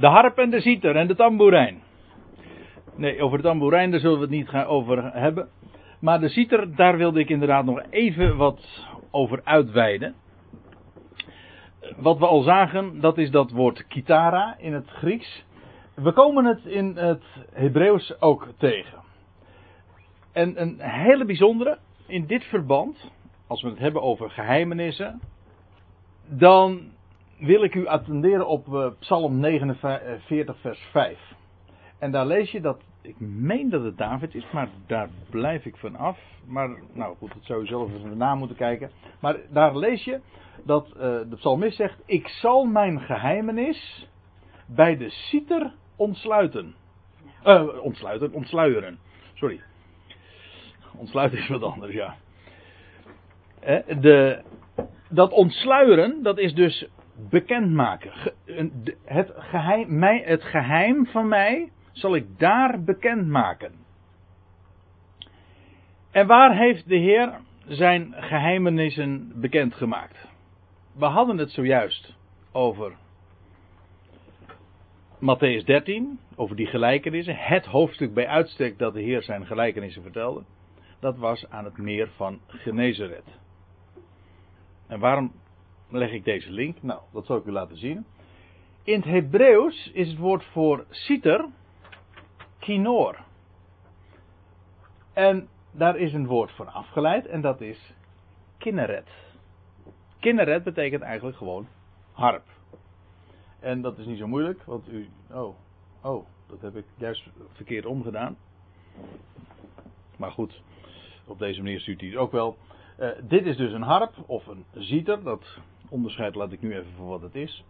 De harp en de citer en de tamboerijn. Nee, over de tamboerijn daar zullen we het niet gaan over hebben. Maar de citer, daar wilde ik inderdaad nog even wat over uitweiden. Wat we al zagen, dat is dat woord kitara in het Grieks. We komen het in het Hebreeuws ook tegen. En een hele bijzondere, in dit verband, als we het hebben over geheimenissen, dan wil ik u attenderen op Psalm 49 vers 5. En daar lees je dat, ik meen dat het David is, maar daar blijf ik van af. Maar nou goed, dat zou je zelf even na moeten kijken. Maar daar lees je dat de psalmist zegt, ik zal mijn geheimenis bij de citer ontsluiten. Ontsluieren. Sorry. Ontsluiten is wat anders, ja. Dat ontsluieren, dat is dus bekendmaken. Het geheim van mij zal ik daar bekendmaken. En waar heeft de Heer zijn geheimenissen bekendgemaakt? We hadden het zojuist over Mattheüs 13, over die gelijkenissen. Het hoofdstuk bij uitstek dat de Heer zijn gelijkenissen vertelde. Dat was aan het meer van Genezeret. En waarom leg ik deze link? Nou, dat zal ik u laten zien. In het Hebreeuws is het woord voor citer kinor. En daar is een woord voor afgeleid en dat is kinneret. Kinneret betekent eigenlijk gewoon harp. En dat is niet zo moeilijk, want u... Oh, dat heb ik juist verkeerd omgedaan. Maar goed, op deze manier stuurt hij het ook wel. Dit is dus een harp of een citer. Dat onderscheid laat ik nu even voor wat het is.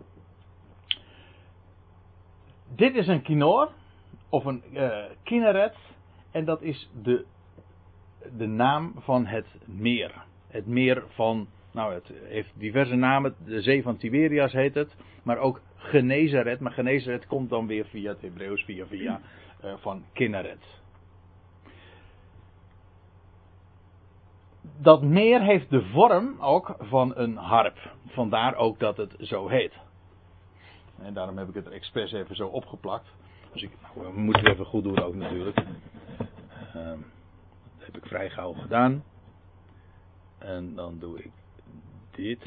Dit is een kinor of een kinneret. En dat is de naam van het meer. Het meer van, nou het heeft diverse namen. De zee van Tiberias heet het. Maar ook Genezeret. Maar Genezeret komt dan weer via het Hebreeuws, via van Kinneret. Dat meer heeft de vorm ook van een harp. Vandaar ook dat het zo heet. En daarom heb ik het er expres even zo opgeplakt. Dus we moeten het even goed doen ook natuurlijk. Dat heb ik vrij gauw gedaan. En dan doe ik dit.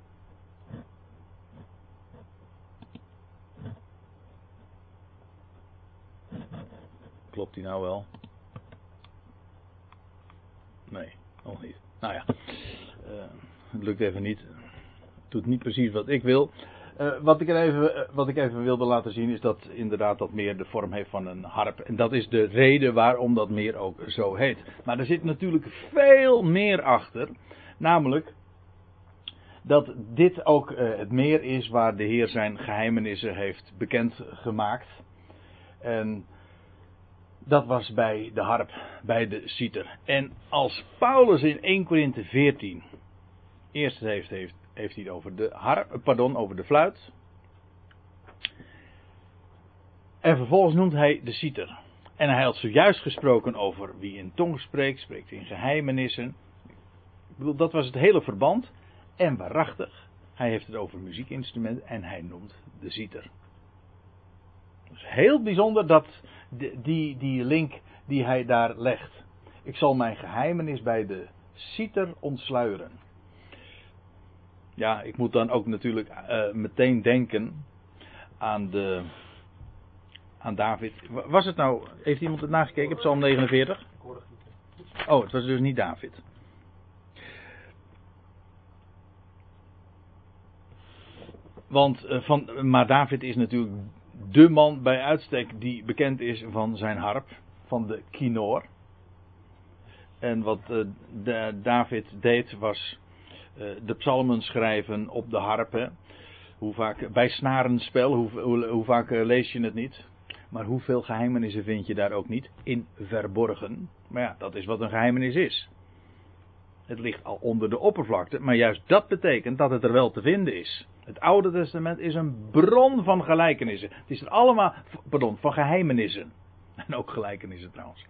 Klopt die nou wel? Nee, nog niet. Nou ja, het lukt even niet. Het doet niet precies wat ik wil. Wat ik even wilde laten zien is dat inderdaad dat meer de vorm heeft van een harp. En dat is de reden waarom dat meer ook zo heet. Maar er zit natuurlijk veel meer achter. Namelijk dat dit ook het meer is waar de Heer zijn geheimenissen heeft bekendgemaakt. En dat was bij de harp, bij de citer. En als Paulus in 1 Korinthe 14 eerst heeft hij het over de harp, over de fluit. En vervolgens noemt hij de citer. En hij had zojuist gesproken over wie in tong spreekt, spreekt in geheimenissen. Ik bedoel, dat was het hele verband. En waarachtig, hij heeft het over muziekinstrumenten en hij noemt de citer. Het is heel bijzonder dat die link die hij daar legt. Ik zal mijn geheimenis bij de citer ontsluieren. Ja, ik moet dan ook natuurlijk meteen denken aan David. Was het nou, heeft iemand het nagekeken, Psalm 49? Oh, het was dus niet David. Maar David is natuurlijk de man bij uitstek die bekend is van zijn harp, van de kinor. En wat David deed was de psalmen schrijven op de harp. Hè. Hoe vaak, bij snarenspel, hoe vaak lees je het niet. Maar hoeveel geheimenissen vind je daar ook niet in verborgen. Maar ja, dat is wat een geheimenis is. Het ligt al onder de oppervlakte, maar juist dat betekent dat het er wel te vinden is. Het Oude Testament is een bron van gelijkenissen. Het is er allemaal, van geheimenissen. En ook gelijkenissen trouwens.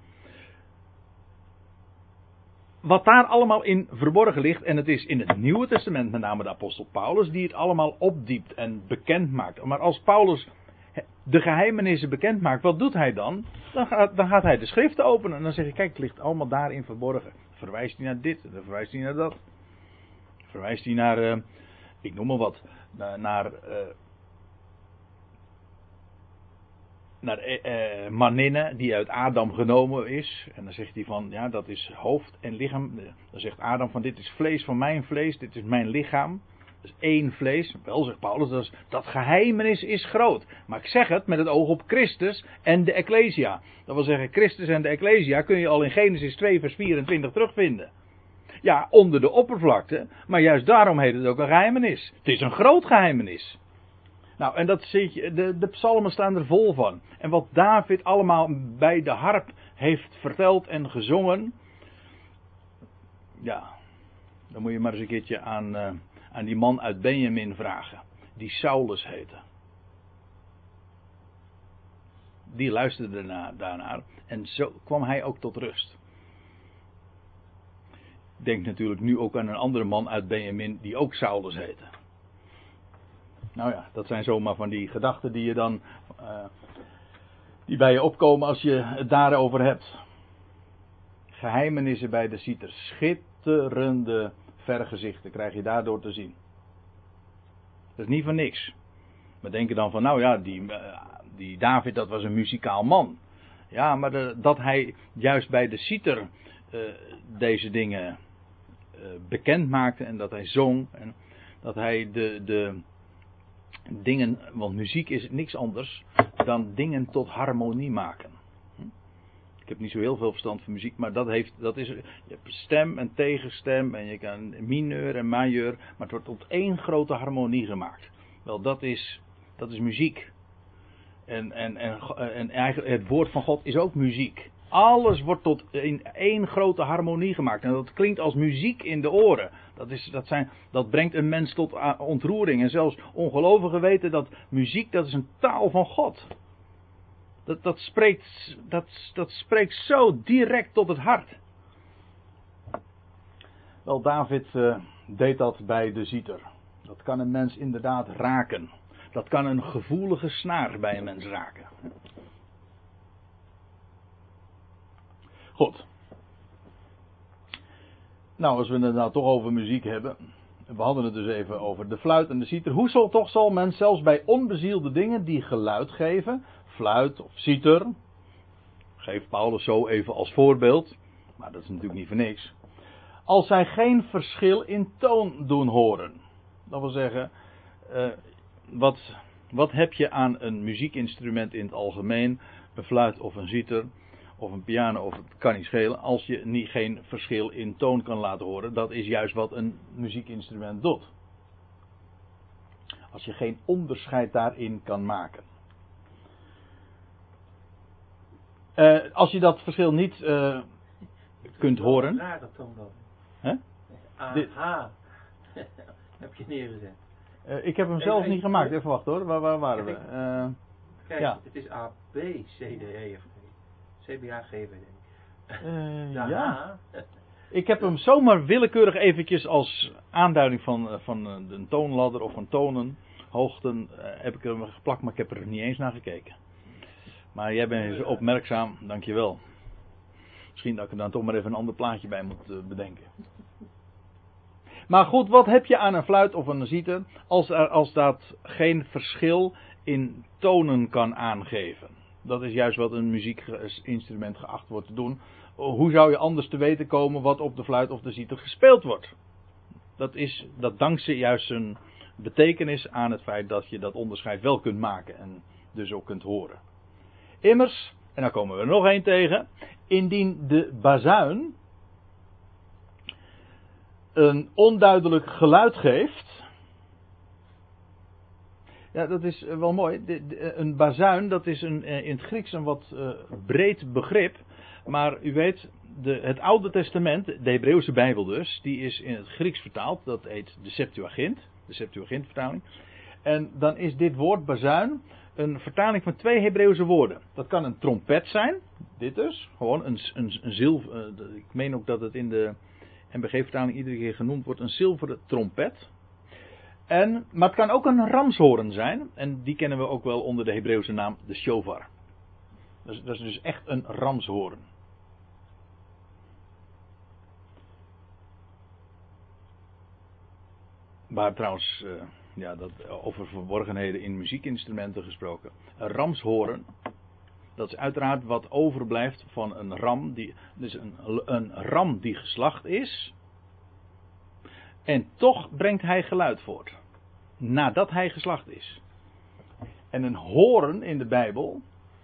Wat daar allemaal in verborgen ligt, en het is in het Nieuwe Testament met name de apostel Paulus die het allemaal opdiept en bekend maakt. Maar als Paulus de geheimenissen bekend maakt, wat doet hij dan? Dan gaat hij de schriften openen en dan zeg je, kijk, het ligt allemaal daarin verborgen. Verwijst hij naar dit, dan verwijst hij naar dat. Verwijst hij naar, ik noem maar wat, naar Maninne die uit Adam genomen is. En dan zegt hij van, ja, dat is hoofd en lichaam. Dan zegt Adam van, dit is vlees van mijn vlees, dit is mijn lichaam. Dat is één vlees. Wel, zegt Paulus, dat geheimenis is groot. Maar ik zeg het met het oog op Christus en de Ecclesia. Dat wil zeggen, Christus en de Ecclesia kun je al in Genesis 2 vers 24 terugvinden. Ja, onder de oppervlakte, maar juist daarom heet het ook een geheimenis. Het is een groot geheimenis. Nou, en dat zie je, de psalmen staan er vol van. En wat David allemaal bij de harp heeft verteld en gezongen. Ja, dan moet je maar eens een keertje aan die man uit Benjamin vragen. Die Saulus heette. Die luisterde daarnaar. En zo kwam hij ook tot rust. Ik denk natuurlijk nu ook aan een andere man uit Benjamin die ook Saulus heette. Nou ja, dat zijn zomaar van die gedachten die je dan die bij je opkomen als je het daarover hebt. Geheimenissen bij de Citer. Schitterende vergezichten krijg je daardoor te zien. Dat is niet voor niks. We denken dan van, nou ja, die David, dat was een muzikaal man. Ja, maar dat hij juist bij de Citer deze dingen bekend maakte en dat hij zong en dat hij de dingen, want muziek is niks anders dan dingen tot harmonie maken. Ik heb niet zo heel veel verstand van muziek, maar je hebt stem en tegenstem en je kan mineur en majeur, maar het wordt tot één grote harmonie gemaakt. Wel, dat is muziek. En eigenlijk het woord van God is ook muziek. Alles wordt tot in één grote harmonie gemaakt. En dat klinkt als muziek in de oren. Dat brengt een mens tot ontroering. En zelfs ongelovigen weten dat muziek, dat is een taal van God. Dat spreekt zo direct tot het hart. Wel, David deed dat bij de Citer. Dat kan een mens inderdaad raken. Dat kan een gevoelige snaar bij een mens raken. Goed. Nou, als we het nou toch over muziek hebben. We hadden het dus even over de fluit en de citer. Hoe zal men zelfs bij onbezielde dingen die geluid geven, fluit of citer, geeft Paulus zo even als voorbeeld, maar dat is natuurlijk niet voor niks, als zij geen verschil in toon doen horen. Dat wil zeggen, wat heb je aan een muziekinstrument in het algemeen, een fluit of een citer, of een piano, of het kan niet schelen, als je geen verschil in toon kan laten horen. Dat is juist wat een muziekinstrument doet. Als je geen onderscheid daarin kan maken. Als je dat verschil niet kunt horen. Een rare toon dan. Hè? Aha. Heb je neergezet. Ik heb hem zelf niet gemaakt. Even wachten hoor. Waar waren we? Kijk, ja. Het is A, B, C, D, E of G. C, B, A, G, B, D. Ja. Ik heb hem zomaar willekeurig eventjes als aanduiding van een toonladder of van tonen, hoogten, heb ik hem geplakt, maar ik heb er niet eens naar gekeken. Maar jij bent opmerkzaam, dankjewel. Misschien dat ik er dan toch maar even een ander plaatje bij moet bedenken. Maar goed, wat heb je aan een fluit of een citer als dat geen verschil in tonen kan aangeven? Dat is juist wat een muziekinstrument geacht wordt te doen. Hoe zou je anders te weten komen wat op de fluit of de citer gespeeld wordt? Dat dankzij juist zijn betekenis aan het feit dat je dat onderscheid wel kunt maken en dus ook kunt horen. Immers, en dan komen we er nog één tegen, indien de bazuin een onduidelijk geluid geeft. Ja, dat is wel mooi. Een bazuin, dat is in het Grieks een wat breed begrip. Maar u weet, het Oude Testament, de Hebreeuwse Bijbel dus, die is in het Grieks vertaald. Dat heet de Septuagint vertaling. En dan is dit woord bazuin een vertaling van 2 Hebreeuwse woorden. Dat kan een trompet zijn, dit dus. Gewoon een zilver. Ik meen ook dat het in de NBG-vertaling iedere keer genoemd wordt een zilveren trompet. Maar het kan ook een ramshoorn zijn. En die kennen we ook wel onder de Hebreeuwse naam de shofar. Dat is dus echt een ramshoorn. Waar trouwens, over verborgenheden in muziekinstrumenten gesproken. Een ramshoorn, dat is uiteraard wat overblijft van een ram. Dus een ram die geslacht is. En toch brengt hij geluid voort. Nadat hij geslacht is. En een hoorn in de Bijbel.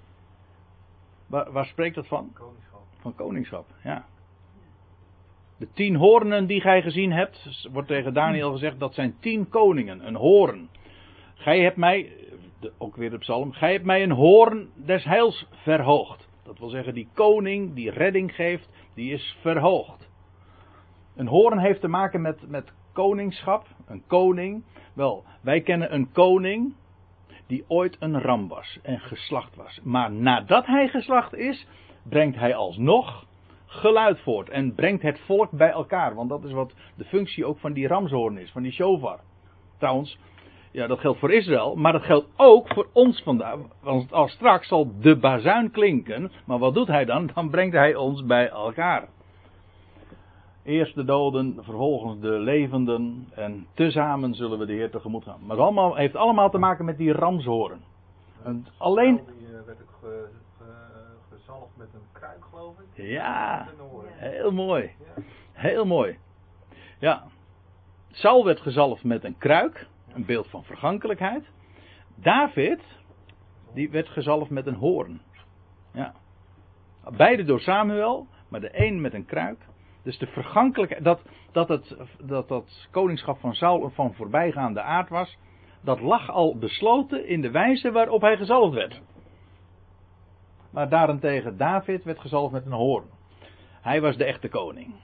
Waar spreekt dat van? Koningschap. Van koningschap, ja. De 10 hoornen die gij gezien hebt, wordt tegen Daniel gezegd, dat zijn 10 koningen, een hoorn. Gij hebt mij, ook weer de psalm, gij hebt mij een hoorn des heils verhoogd. Dat wil zeggen, die koning die redding geeft, die is verhoogd. Een hoorn heeft te maken met koningschap, een koning. Wel, wij kennen een koning die ooit een ram was en geslacht was. Maar nadat hij geslacht is, brengt hij alsnog geluid voort en brengt het volk bij elkaar. Want dat is wat de functie ook van die ramshoorn is, van die shofar. Trouwens, ja, dat geldt voor Israël, maar dat geldt ook voor ons vandaag. Want als straks zal de bazuin klinken, maar wat doet hij dan? Dan brengt hij ons bij elkaar. Eerst de doden, vervolgens de levenden en tezamen zullen we de Heer tegemoet gaan. Maar het heeft allemaal te maken met die ramshoorn. En alleen... Die werd ook gezalfd met een kruik, geloof ik. Ja, heel mooi. Heel mooi. Ja. Saul werd gezalfd met een kruik, een beeld van vergankelijkheid. David, die werd gezalfd met een hoorn. Ja. Beide door Samuel, maar de een met een kruik. Dus de vergankelijkheid, dat koningschap van Saul van voorbijgaande aard was, dat lag al besloten in de wijze waarop hij gezalfd werd. Maar daarentegen David werd gezalfd met een hoorn. Hij was de echte koning.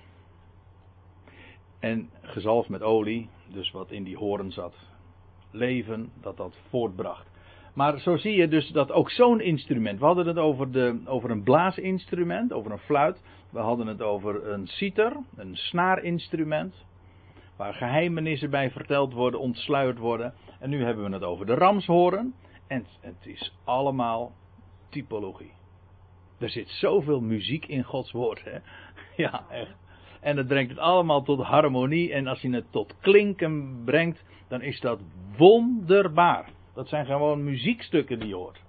En gezalfd met olie, dus wat in die hoorn zat. Leven, dat voortbracht. Maar zo zie je dus dat ook zo'n instrument. We hadden het over een blaasinstrument, over een fluit. We hadden het over een citer, een snaarinstrument. Waar geheimenissen bij verteld worden, ontsluierd worden. En nu hebben we het over de ramshoorn. En het is allemaal typologie. Er zit zoveel muziek in Gods woord. Hè? Ja, echt. En het brengt het allemaal tot harmonie. En als je het tot klinken brengt, dan is dat wonderbaar. Dat zijn gewoon muziekstukken die je hoort.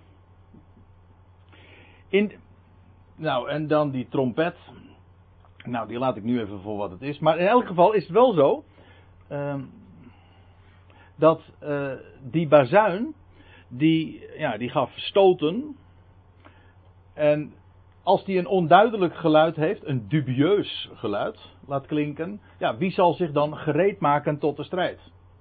En dan die trompet. Nou, die laat ik nu even voor wat het is. Maar in elk geval is het wel zo. Dat die bazuin. Die gaf stoten. En als die een onduidelijk geluid heeft. Een dubieus geluid laat klinken. Ja, wie zal zich dan gereed maken tot de strijd?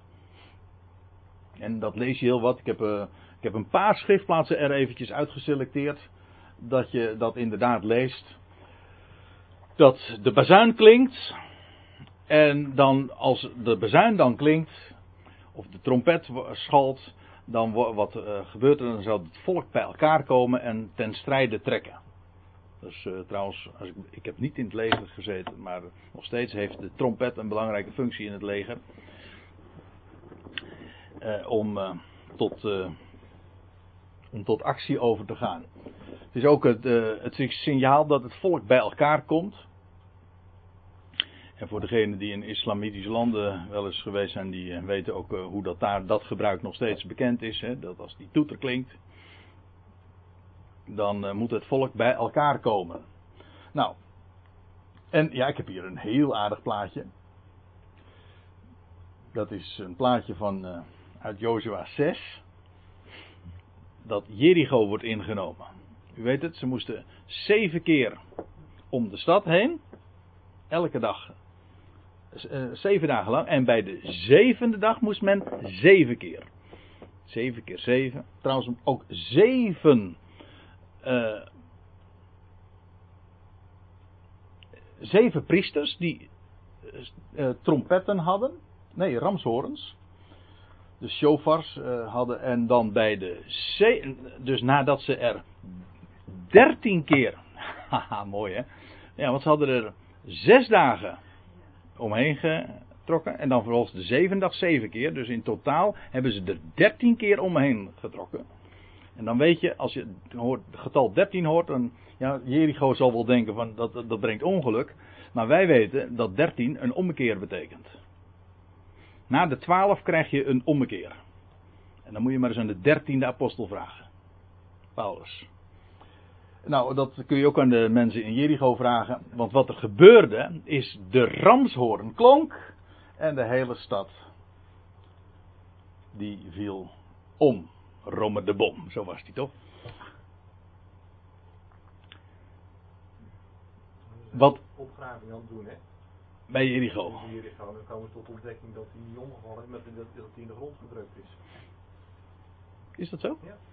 En dat lees je heel wat. Ik heb een paar schriftplaatsen er eventjes uitgeselecteerd. Dat je dat inderdaad leest. Dat de bazuin klinkt. En dan als de bazuin dan klinkt. Of de trompet schalt. Dan wat gebeurt er? Dan zal het volk bij elkaar komen en ten strijde trekken. Dus trouwens, ik heb niet in het leger gezeten. Maar nog steeds heeft de trompet een belangrijke functie in het leger. Om tot actie over te gaan. Het is ook het signaal dat het volk bij elkaar komt. En voor degenen die in islamitische landen wel eens geweest zijn, die weten ook hoe dat gebruik nog steeds bekend is. Hè? Dat als die toeter klinkt, dan moet het volk bij elkaar komen. Nou, en ja, ik heb hier een heel aardig plaatje. Dat is een plaatje uit Jozua 6. Dat Jericho wordt ingenomen. U weet het, ze moesten 7 keer om de stad heen. Elke dag. 7 dagen lang. En bij de 7e dag moest men 7 keer. 7 keer 7. Trouwens ook 7 priesters die trompetten hadden. Nee, ramshoorns. De shofars hadden. En dan bij dus nadat ze er 13 keer. Haha, mooi hè. Ja, want ze hadden er 6 dagen omheen getrokken. En dan vervolgens de 7 dag 7 keer. Dus in totaal hebben ze er 13 keer omheen getrokken. En dan weet je, als je het getal 13 hoort, dan, ja, Jericho zal wel denken van dat brengt ongeluk. Maar wij weten dat 13 een ommekeer betekent. Na de 12 krijg je een ommekeer. En dan moet je maar eens aan de 13e apostel vragen. Paulus. Nou, dat kun je ook aan de mensen in Jericho vragen. Want wat er gebeurde, is de ramshoorn klonk. En de hele stad, die viel om. Rome de bom, zo was die toch? Wat opgraving aan het doen, hè? Bij Jericho. Bij Jericho, dan komen we tot ontdekking dat hij niet omgevallen is, maar dat hij in de grond gedrukt is. Is dat zo? Ja.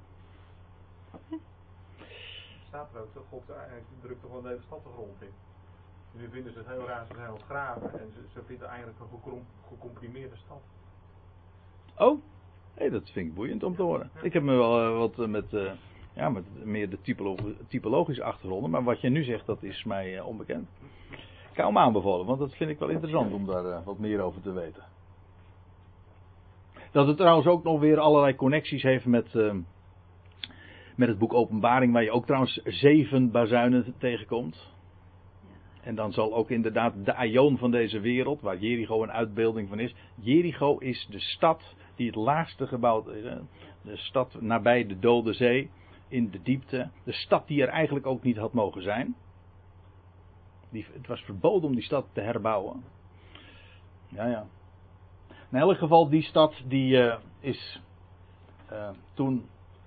Staat er ook zo, God drukt er gewoon de hele stad de grond in. Nu vinden ze het heel raar, ze zijn aan het graven en ze vinden eigenlijk een gecomprimeerde stad. Oh, hey, dat vind ik boeiend om te horen. Ik heb me wel wat met meer de typologische achtergronden, maar wat je nu zegt, dat is mij onbekend. Ik kan hem aanbevolen, want dat vind ik wel interessant om daar wat meer over te weten. Dat het trouwens ook nog weer allerlei connecties heeft met het boek Openbaring, waar je ook trouwens 7 bazuinen tegenkomt. En dan zal ook inderdaad de aion van deze wereld, waar Jericho een uitbeelding van is. Jericho is de stad die het laagste gebouwd is. Hè? De stad nabij de Dode Zee, in de diepte. De stad die er eigenlijk ook niet had mogen zijn. Het was verboden om die stad te herbouwen. Ja. In elk geval, die stad die is toen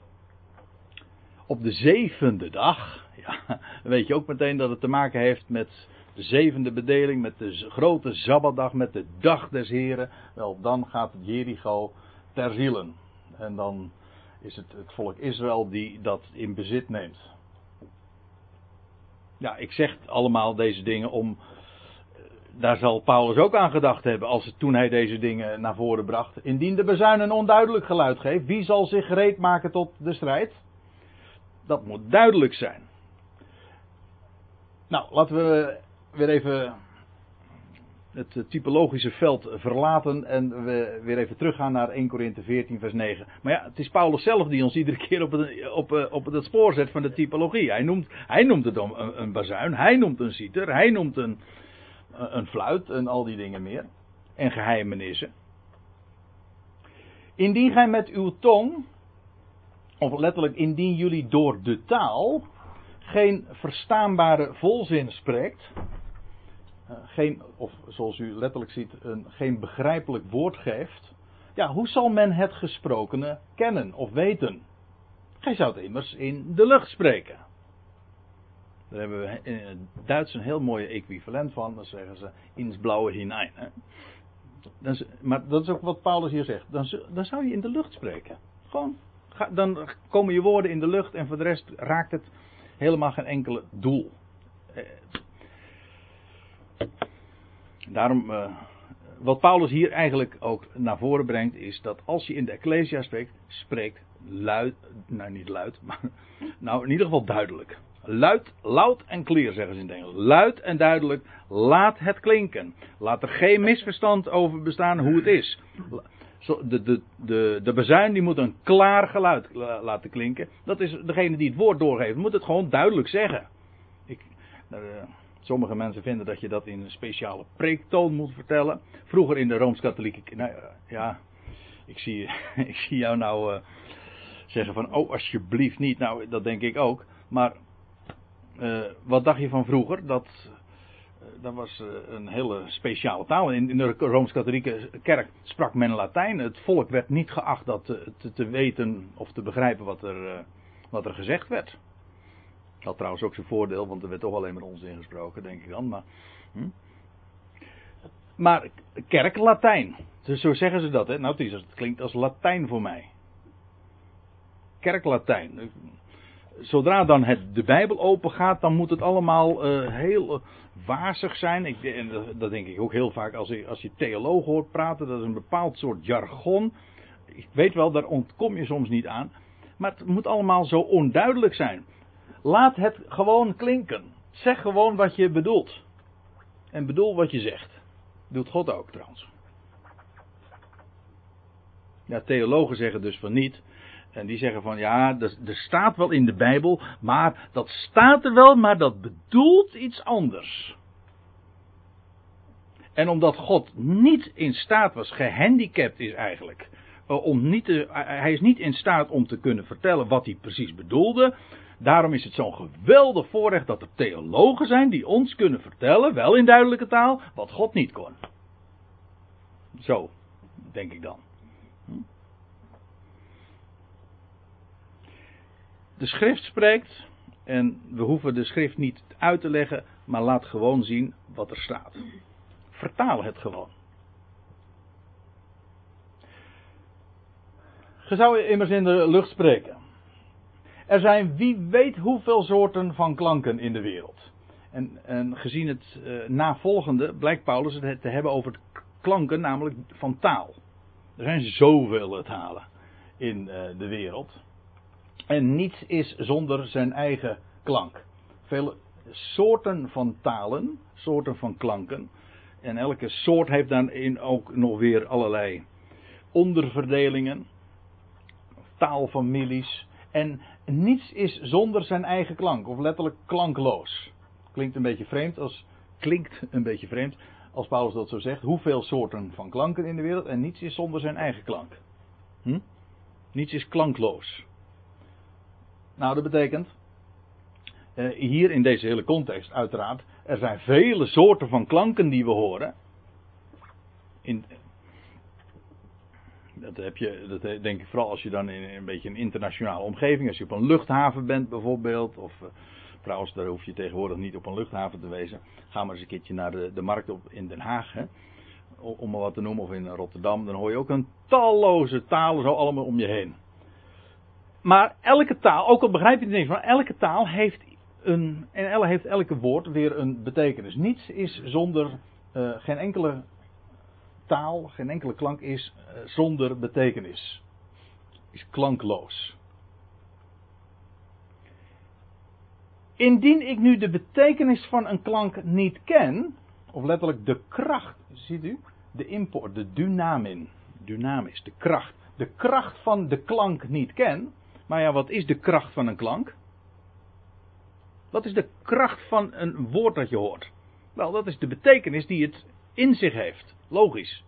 op de 7e dag. Ja, dan weet je ook meteen dat het te maken heeft met de 7e bedeling, met de grote Sabbatdag, met de dag des Heren. Wel, dan gaat Jericho ter zielen. En dan is het volk Israël die dat in bezit neemt. Ja, ik zeg allemaal deze dingen om. Daar zal Paulus ook aan gedacht hebben toen hij deze dingen naar voren bracht. Indien de bazuin een onduidelijk geluid geeft, wie zal zich gereed maken tot de strijd? Dat moet duidelijk zijn. Nou, laten we weer even het typologische veld verlaten en we weer even teruggaan naar 1 Korinthe 14 vers 9. Maar ja, het is Paulus zelf die ons iedere keer op het spoor zet van de typologie. Hij noemt het een bazuin, hij noemt een citer, hij noemt een fluit en al die dingen meer. En geheimenissen. Indien gij met uw tong, of letterlijk indien jullie door de taal geen verstaanbare volzin spreekt, of zoals u letterlijk ziet, geen begrijpelijk woord geeft, ja, hoe zal men het gesprokene kennen of weten? Gij zou het immers in de lucht spreken. Daar hebben we in het Duits een heel mooi equivalent van, dan zeggen ze ins blauwe hinein. Hè? Maar dat is ook wat Paulus hier zegt, dan zou je in de lucht spreken. Gewoon, dan komen je woorden in de lucht en voor de rest raakt het helemaal geen enkele doel. Daarom, wat Paulus hier eigenlijk ook naar voren brengt, is dat als je in de Ecclesia spreekt luid, nou niet luid, maar nou in ieder geval duidelijk. Luid en clear zeggen ze in het Engels. Luid en duidelijk, laat het klinken. Laat er geen misverstand over bestaan hoe het is. De bazuin die moet een klaar geluid laten klinken. Dat is degene die het woord doorgeeft. Moet het gewoon duidelijk zeggen. Sommige mensen vinden dat je dat in een speciale preektoon moet vertellen. Vroeger in de Rooms-Katholieke. Nou ja, ik zie jou nou zeggen van oh alsjeblieft niet. Nou dat denk ik ook. Maar wat dacht je van vroeger? Dat was een hele speciale taal. In de Rooms-Katholieke kerk sprak men Latijn. Het volk werd niet geacht dat te weten of te begrijpen wat er gezegd werd. Dat had trouwens ook zijn voordeel, want er werd toch alleen maar onzin gesproken, denk ik dan. Maar kerk Latijn. Dus zo zeggen ze dat, hè. Nou, het klinkt als Latijn voor mij. Kerk Latijn. Zodra dan de Bijbel open gaat, dan moet het allemaal heel wazig zijn. Dat denk ik ook heel vaak als je theoloog hoort praten. Dat is een bepaald soort jargon. Ik weet wel, daar ontkom je soms niet aan. Maar het moet allemaal zo onduidelijk zijn. Laat het gewoon klinken. Zeg gewoon wat je bedoelt. En bedoel wat je zegt. Doet God ook trouwens. Ja, theologen zeggen dus van niet. En die zeggen van ja, er staat wel in de Bijbel, maar dat staat er wel, maar dat bedoelt iets anders. En omdat God niet in staat was, gehandicapt is eigenlijk, hij is niet in staat om te kunnen vertellen wat hij precies bedoelde. Daarom is het zo'n geweldig voorrecht dat er theologen zijn die ons kunnen vertellen, wel in duidelijke taal, wat God niet kon. Zo, denk ik dan. De schrift spreekt en we hoeven de schrift niet uit te leggen, maar laat gewoon zien wat er staat. Vertaal het gewoon. Je zou immers in de lucht spreken. Er zijn wie weet hoeveel soorten van klanken in de wereld. En gezien het navolgende blijkt Paulus het te hebben over klanken, namelijk van taal. Er zijn zoveel talen in de wereld. En niets is zonder zijn eigen klank. Vele soorten van talen, soorten van klanken. En elke soort heeft daarin ook nog weer allerlei onderverdelingen. Taalfamilies. En niets is zonder zijn eigen klank. Of letterlijk klankloos. Klinkt een beetje vreemd als Paulus dat zo zegt. Hoeveel soorten van klanken in de wereld. En niets is zonder zijn eigen klank. Niets is klankloos. Nou, dat betekent, hier in deze hele context uiteraard, er zijn vele soorten van klanken die we horen. Dat denk ik vooral als je dan in een beetje een internationale omgeving, als je op een luchthaven bent bijvoorbeeld, of trouwens daar hoef je tegenwoordig niet op een luchthaven te wezen. Ga maar eens een keertje naar de markt in Den Haag, hè, om maar wat te noemen, of in Rotterdam, dan hoor je ook een talloze talen zo allemaal om je heen. Maar elke taal, ook al begrijp je het niet, maar elke taal heeft heeft elke woord weer een betekenis. Niets is zonder, geen enkele taal, geen enkele klank is zonder betekenis. Is klankloos. Indien ik nu de betekenis van een klank niet ken, of letterlijk de kracht, ziet u, de import, de dynamis, de kracht van de klank niet ken. Maar ja, wat is de kracht van een klank? Wat is de kracht van een woord dat je hoort? Wel, dat is de betekenis die het in zich heeft. Logisch.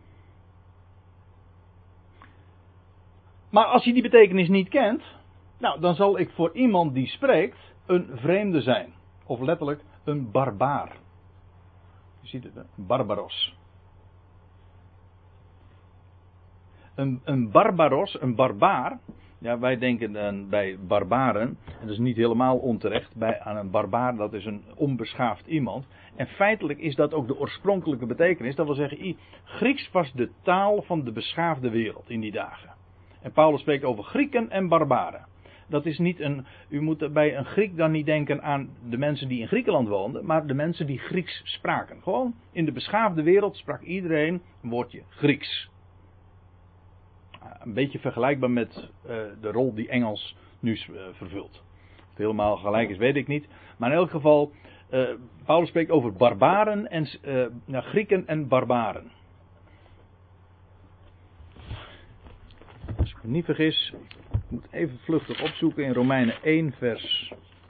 Maar als je die betekenis niet kent, nou, dan zal ik voor iemand die spreekt een vreemde zijn. Of letterlijk een barbaar. Je ziet het, hè? Barbaros. Een barbaros, een barbaar. Ja, wij denken dan bij barbaren, en dat is niet helemaal onterecht, aan een barbaar, dat is een onbeschaafd iemand. En feitelijk is dat ook de oorspronkelijke betekenis. Dat wil zeggen, Grieks was de taal van de beschaafde wereld in die dagen. En Paulus spreekt over Grieken en barbaren. Dat is niet u moet bij een Griek dan niet denken aan de mensen die in Griekenland woonden, maar de mensen die Grieks spraken. Gewoon in de beschaafde wereld sprak iedereen een woordje Grieks. Een beetje vergelijkbaar met de rol die Engels nu vervult. Of het helemaal gelijk is, weet ik niet. Maar in elk geval, Paulus spreekt over barbaren en Grieken en barbaren. Als ik me niet vergis, ik moet even vluchtig opzoeken in Romeinen 1 vers...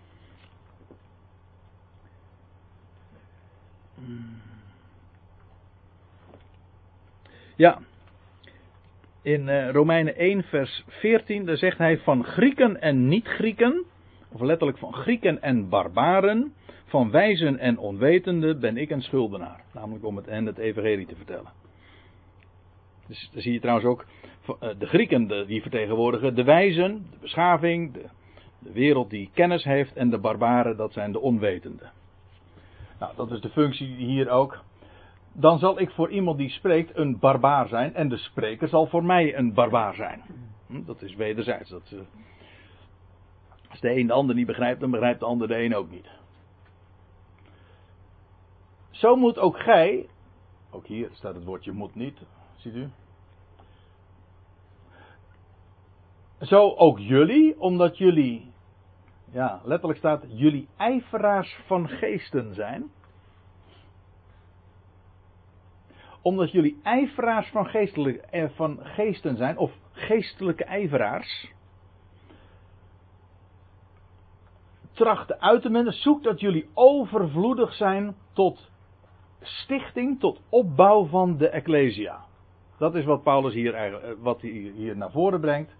Ja... In Romeinen 1 vers 14, daar zegt hij van Grieken en niet-Grieken, of letterlijk van Grieken en barbaren, van wijzen en onwetenden ben ik een schuldenaar. Namelijk om hen het evangelie te vertellen. Dus daar zie je trouwens ook, de Grieken die vertegenwoordigen de wijzen, de beschaving, de wereld die kennis heeft, en de barbaren, dat zijn de onwetenden. Nou, dat is de functie hier ook. Dan zal ik voor iemand die spreekt een barbaar zijn. En de spreker zal voor mij een barbaar zijn. Dat is wederzijds. Als de een de ander niet begrijpt, dan begrijpt de ander de een ook niet. Zo moet ook gij. Ook hier staat het woordje moet niet. Ziet u? Zo ook jullie, omdat jullie. Ja, letterlijk staat jullie ijveraars van geesten zijn. Omdat jullie ijveraars van geesten zijn, of geestelijke ijveraars. Tracht uit te munden, zoek dat jullie overvloedig zijn tot stichting, tot opbouw van de Ecclesia. Dat is wat Paulus wat hij hier naar voren brengt.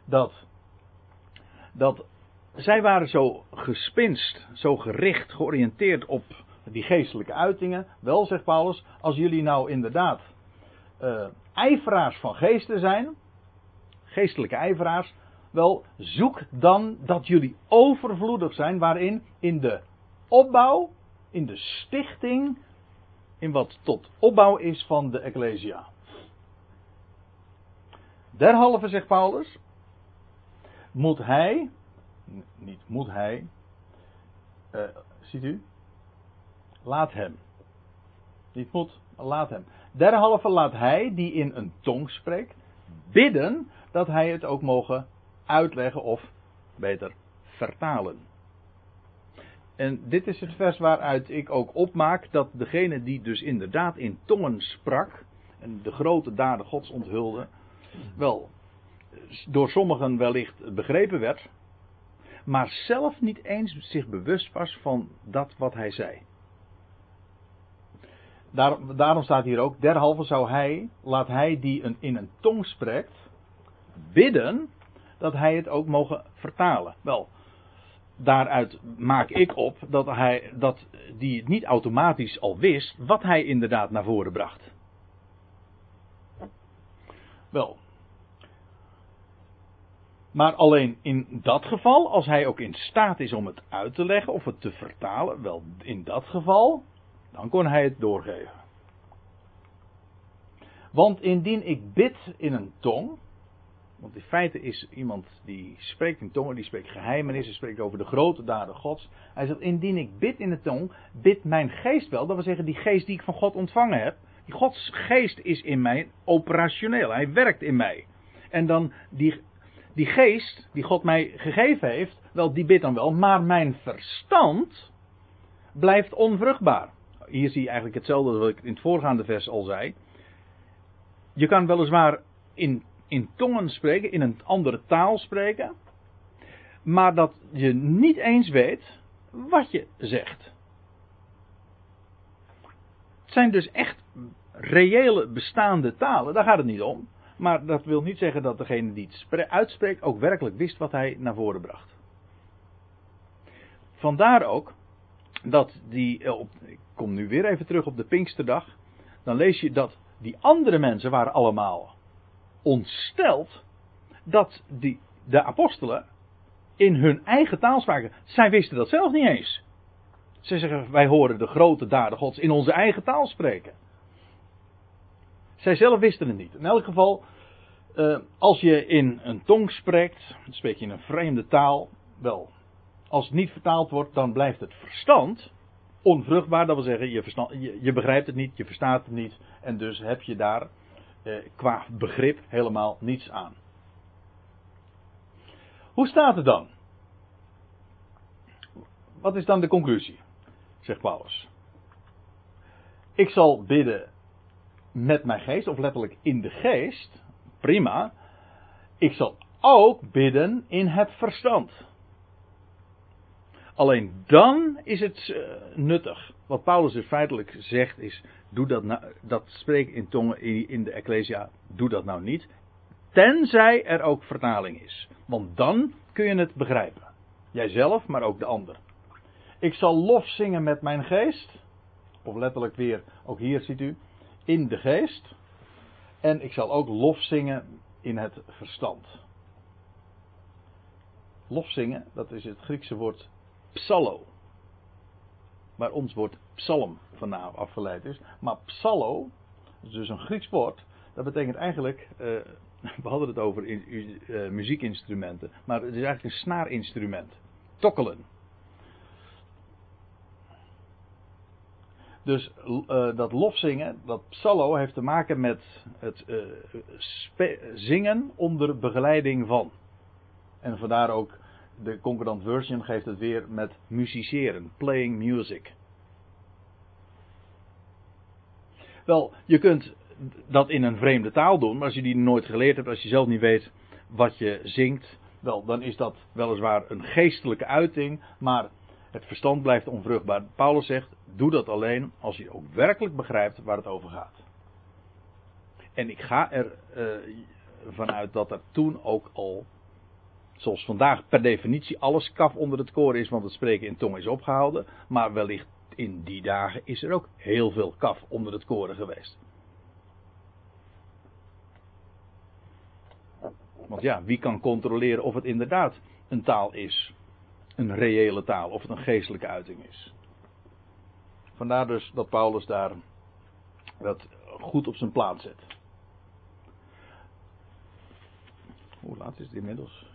Dat zij waren zo gespinst, zo gericht, georiënteerd op die geestelijke uitingen. Wel, zegt Paulus, als jullie nou inderdaad ijveraars van geesten zijn, geestelijke ijveraars, wel, zoek dan dat jullie overvloedig zijn, waarin? In de opbouw, in de stichting, in wat tot opbouw is van de Ecclesia. Derhalve, zegt Paulus, ziet u? Laat hem. Niet moet, maar laat hem. Derhalve laat hij, die in een tong spreekt, bidden dat hij het ook mogen uitleggen of beter vertalen. En dit is het vers waaruit ik ook opmaak dat degene die dus inderdaad in tongen sprak en de grote daden Gods onthulde, wel, door sommigen wellicht begrepen werd, maar zelf niet eens zich bewust was van dat wat hij zei. Daarom staat hier ook, derhalve laat hij die in een tong spreekt, bidden dat hij het ook mogen vertalen. Wel, daaruit maak ik op dat die het niet automatisch al wist wat hij inderdaad naar voren bracht. Wel. Maar alleen in dat geval, als hij ook in staat is om het uit te leggen of het te vertalen, wel in dat geval, dan kon hij het doorgeven. Want indien ik bid in een tong, want in feite is iemand die spreekt in tongen, die spreekt geheimenissen, spreekt over de grote daden Gods. Hij zegt, indien ik bid in de tong, bidt mijn geest wel, dat wil zeggen die geest die ik van God ontvangen heb. Die Gods geest is in mij operationeel, hij werkt in mij. En dan die geest die God mij gegeven heeft, wel die bidt dan wel, maar mijn verstand blijft onvruchtbaar. Hier zie je eigenlijk hetzelfde als wat ik in het voorgaande vers al zei. Je kan weliswaar in tongen spreken, in een andere taal spreken, maar dat je niet eens weet wat je zegt. Het zijn dus echt reële bestaande talen, daar gaat het niet om. Maar dat wil niet zeggen dat degene die het uitspreekt ook werkelijk wist wat hij naar voren bracht. Vandaar ook dat ik kom nu weer even terug op de Pinksterdag, dan lees je dat die andere mensen waren allemaal ontsteld dat de apostelen in hun eigen taal spraken. Zij wisten dat zelf niet eens. Ze zeggen, wij horen de grote daden Gods in onze eigen taal spreken. Zij zelf wisten het niet. In elk geval, als je in een tong spreekt, dan spreek je in een vreemde taal. Wel, als het niet vertaald wordt, dan blijft het verstand onvruchtbaar. Dat wil zeggen, je begrijpt het niet, je verstaat het niet. En dus heb je daar qua begrip helemaal niets aan. Hoe staat het dan? Wat is dan de conclusie? Zegt Paulus. Ik zal bidden met mijn geest, of letterlijk in de geest. Prima. Ik zal ook bidden in het verstand. Alleen dan is het nuttig. Wat Paulus dus feitelijk zegt is, doe dat spreken in tongen in de Ecclesia, doe dat nou niet. Tenzij er ook vertaling is. Want dan kun je het begrijpen. Jijzelf, maar ook de ander. Ik zal lof zingen met mijn geest. Of letterlijk weer, ook hier ziet u, in de geest. En ik zal ook lof zingen in het verstand. Lof zingen, dat is het Griekse woord psallo. Waar ons woord psalm vandaan afgeleid is. Maar psallo, dat is dus een Grieks woord. Dat betekent eigenlijk, we hadden het over muziekinstrumenten. Maar het is eigenlijk een snaarinstrument. Tokkelen. Dus dat lofzingen, dat psallo, heeft te maken met het zingen onder begeleiding van. En vandaar ook de Concordant Version geeft het weer met musiceren, playing music. Wel, je kunt dat in een vreemde taal doen, maar als je die nooit geleerd hebt, als je zelf niet weet wat je zingt, wel, dan is dat weliswaar een geestelijke uiting, maar het verstand blijft onvruchtbaar. Paulus zegt, doe dat alleen als je ook werkelijk begrijpt waar het over gaat. En ik ga er vanuit dat er toen ook al, zoals vandaag per definitie alles kaf onder het koren is, want het spreken in tong is opgehouden, maar wellicht in die dagen is er ook heel veel kaf onder het koren geweest. Want ja, wie kan controleren of het inderdaad een taal is, een reële taal, of het een geestelijke uiting is. Vandaar dus dat Paulus daar dat goed op zijn plaats zet. Hoe laat is het inmiddels?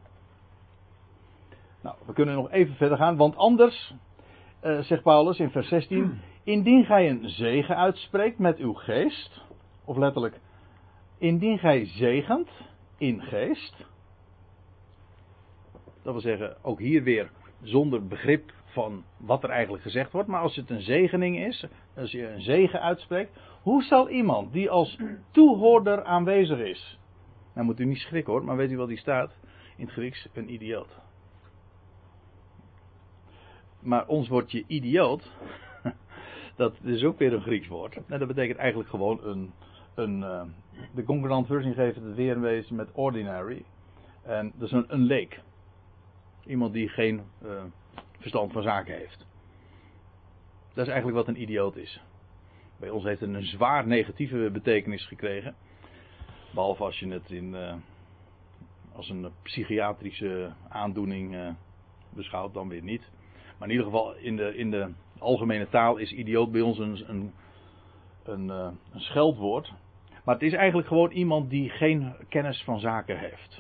Nou, we kunnen nog even verder gaan, want anders, zegt Paulus in vers 16, indien gij een zegen uitspreekt met uw geest, of letterlijk, indien gij zegent in geest, dat wil zeggen, ook hier weer zonder begrip van wat er eigenlijk gezegd wordt, maar als het een zegening is, als je een zegen uitspreekt, hoe zal iemand die als toehoorder aanwezig is, nou moet u niet schrikken hoor, maar weet u wat die staat? In het Grieks, een idioot. Maar ons woordje idioot, dat is ook weer een Grieks woord. En dat betekent eigenlijk gewoon de concordant versie geeft het weerwezen met ordinary. En dat is een leek. Iemand die geen verstand van zaken heeft. Dat is eigenlijk wat een idioot is. Bij ons heeft het een zwaar negatieve betekenis gekregen. Behalve als je het als een psychiatrische aandoening beschouwt, dan weer niet. Maar in ieder geval in de algemene taal is idioot bij ons een scheldwoord. Maar het is eigenlijk gewoon iemand die geen kennis van zaken heeft.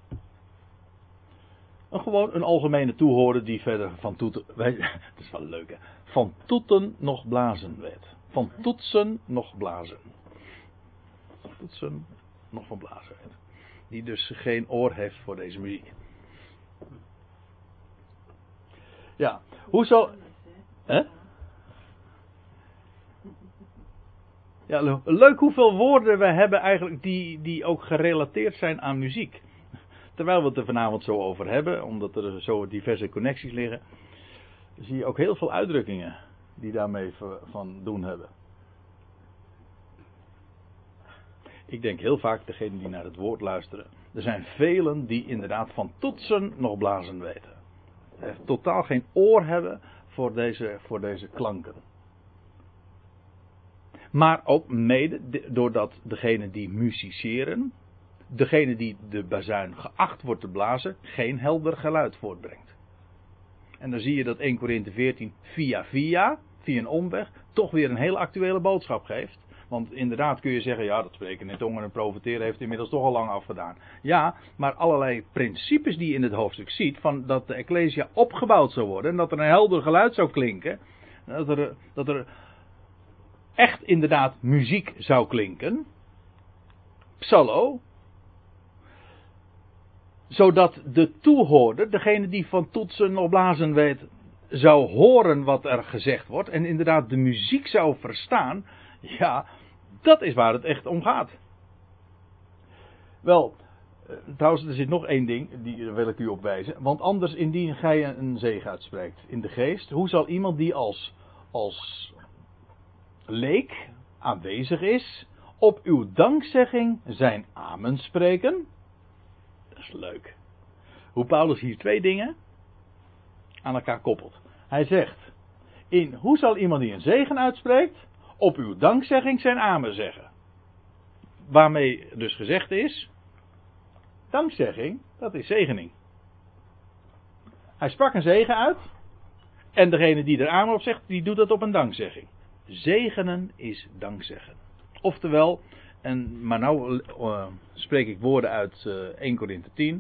Gewoon een algemene toehoorder die verder van toeten... Dat is wel leuk hè. Van toeten nog blazen weet. Van toetsen nog blazen. Van toetsen nog van blazen weet. Die dus geen oor heeft voor deze muziek. Ja, hoezo... Hè? Ja, leuk hoeveel woorden we hebben eigenlijk die ook gerelateerd zijn aan muziek. Terwijl we het er vanavond zo over hebben, omdat er zo diverse connecties liggen, zie je ook heel veel uitdrukkingen die daarmee van doen hebben. Ik denk heel vaak, degenen die naar het woord luisteren, er zijn velen die inderdaad van toetsen nog blazen weten. Totaal geen oor hebben voor deze klanken. Maar ook mede doordat degene die musiceren, degene die de bazuin geacht wordt te blazen, geen helder geluid voortbrengt. En dan zie je dat 1 Korinthe 14 via een omweg, toch weer een hele actuele boodschap geeft. Want inderdaad kun je zeggen, ja, dat spreken in tongen en profeteren heeft inmiddels toch al lang afgedaan. Ja, maar allerlei principes die je in het hoofdstuk ziet, van dat de Ecclesia opgebouwd zou worden en dat er een helder geluid zou klinken, dat er echt inderdaad muziek zou klinken, psallo, zodat de toehoorder, degene die van toetsen nog blazen weet, zou horen wat er gezegd wordt en inderdaad de muziek zou verstaan. Ja, dat is waar het echt om gaat. Wel, trouwens, er zit nog één ding, die wil ik u op wijzen. Want anders, indien gij een zegen uitspreekt in de geest, hoe zal iemand die als leek aanwezig is, op uw dankzegging zijn amen spreken? Dat is leuk. Hoe Paulus hier 2 dingen aan elkaar koppelt. Hij zegt, hoe zal iemand die een zegen uitspreekt, op uw dankzegging zijn amen zeggen? Waarmee dus gezegd is, dankzegging, dat is zegening. Hij sprak een zegen uit, en degene die er amen op zegt, die doet dat op een dankzegging. Zegenen is dankzeggen. Oftewel, maar nou spreek ik woorden uit 1 Korinthe 10.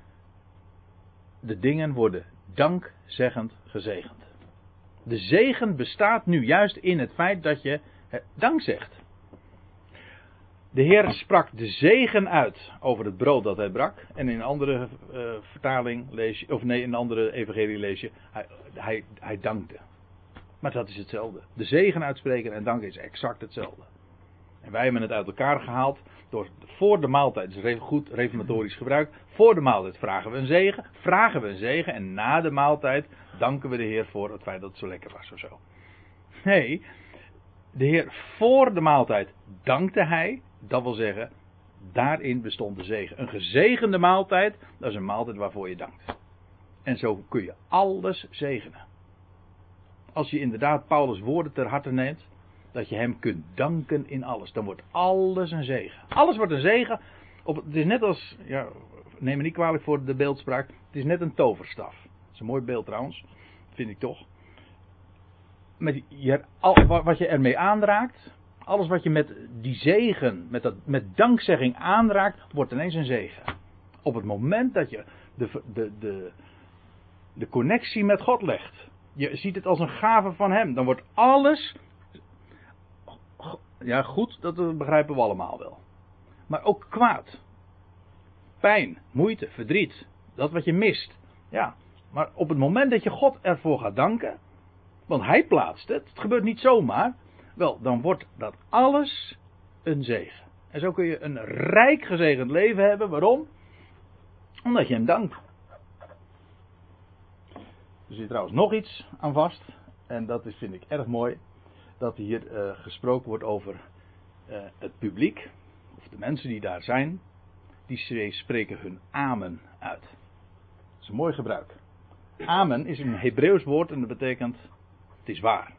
De dingen worden dankzeggend gezegend. De zegen bestaat nu juist in het feit dat je dank zegt. De Heer sprak de zegen uit over het brood dat hij brak. En in een andere vertaling lees je, of nee, in een andere evangelie lees je, hij dankte. Maar dat is hetzelfde. De zegen uitspreken en danken is exact hetzelfde. En wij hebben het uit elkaar gehaald door voor de maaltijd, dus goed reformatorisch gebruik, voor de maaltijd vragen we een zegen en na de maaltijd danken we de Heer voor het feit dat het zo lekker was of zo. Nee, de Heer voor de maaltijd dankte hij, dat wil zeggen, daarin bestond de zegen. Een gezegende maaltijd, dat is een maaltijd waarvoor je dankt. En zo kun je alles zegenen. Als je inderdaad Paulus' woorden ter harte neemt, dat je hem kunt danken in alles, dan wordt alles een zegen. Alles wordt een zegen. Het is net als, ja, neem me niet kwalijk voor de beeldspraak, het is net een toverstaf. Dat is een mooi beeld trouwens, vind ik toch. Wat je ermee aanraakt, alles wat je met die zegen, met dankzegging aanraakt, wordt ineens een zegen. Op het moment dat je de connectie met God legt, je ziet het als een gave van hem, dan wordt alles, ja goed, dat begrijpen we allemaal wel. Maar ook kwaad, pijn, moeite, verdriet, dat wat je mist. Ja, maar op het moment dat je God ervoor gaat danken, want hij plaatst het gebeurt niet zomaar, wel, dan wordt dat alles een zegen. En zo kun je een rijk gezegend leven hebben. Waarom? Omdat je hem dankt. Er zit trouwens nog iets aan vast. En dat vind ik erg mooi. Dat hier gesproken wordt over het publiek. Of de mensen die daar zijn. Die spreken hun amen uit. Dat is een mooi gebruik. Amen is een Hebreeuws woord en dat betekent het is waar.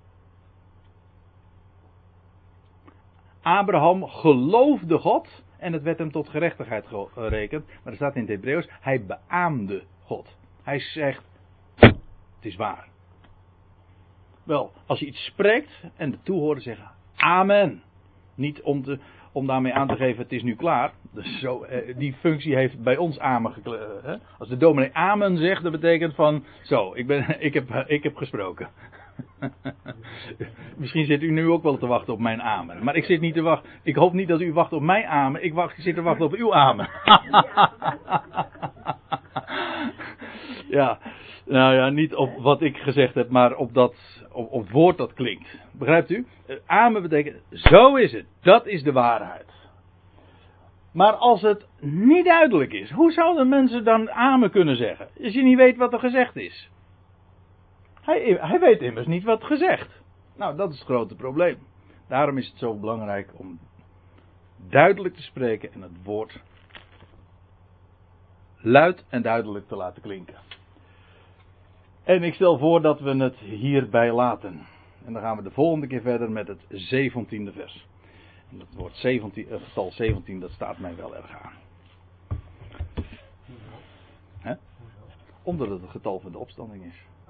Abraham geloofde God en het werd hem tot gerechtigheid gerekend. Maar er staat in het Hebreeuws, hij beaamde God. Hij zegt, het is waar. Wel, als je iets spreekt en de toehoorder zeggen, amen. Niet om daarmee aan te geven, het is nu klaar. Dus die functie heeft bij ons amen gekregen. Als de dominee amen zegt, dat betekent van, zo, ik heb gesproken. Misschien zit u nu ook wel te wachten op mijn amen. Maar ik zit niet te wachten. Ik hoop niet dat u wacht op mijn amen. Ik zit te wachten op uw amen. Ja, nou ja, niet op wat ik gezegd heb, maar op het woord dat klinkt. Begrijpt u? Amen betekent, zo is het. Dat is de waarheid. Maar als het niet duidelijk is, hoe zouden mensen dan amen kunnen zeggen? Als je niet weet wat er gezegd is. Hij weet immers niet wat gezegd. Nou, dat is het grote probleem. Daarom is het zo belangrijk om duidelijk te spreken en het woord luid en duidelijk te laten klinken. En ik stel voor dat we het hierbij laten. En dan gaan we de volgende keer verder met het 17e vers. En dat woord 17, getal 17, dat staat mij wel erg aan. Omdat het getal van de opstanding is.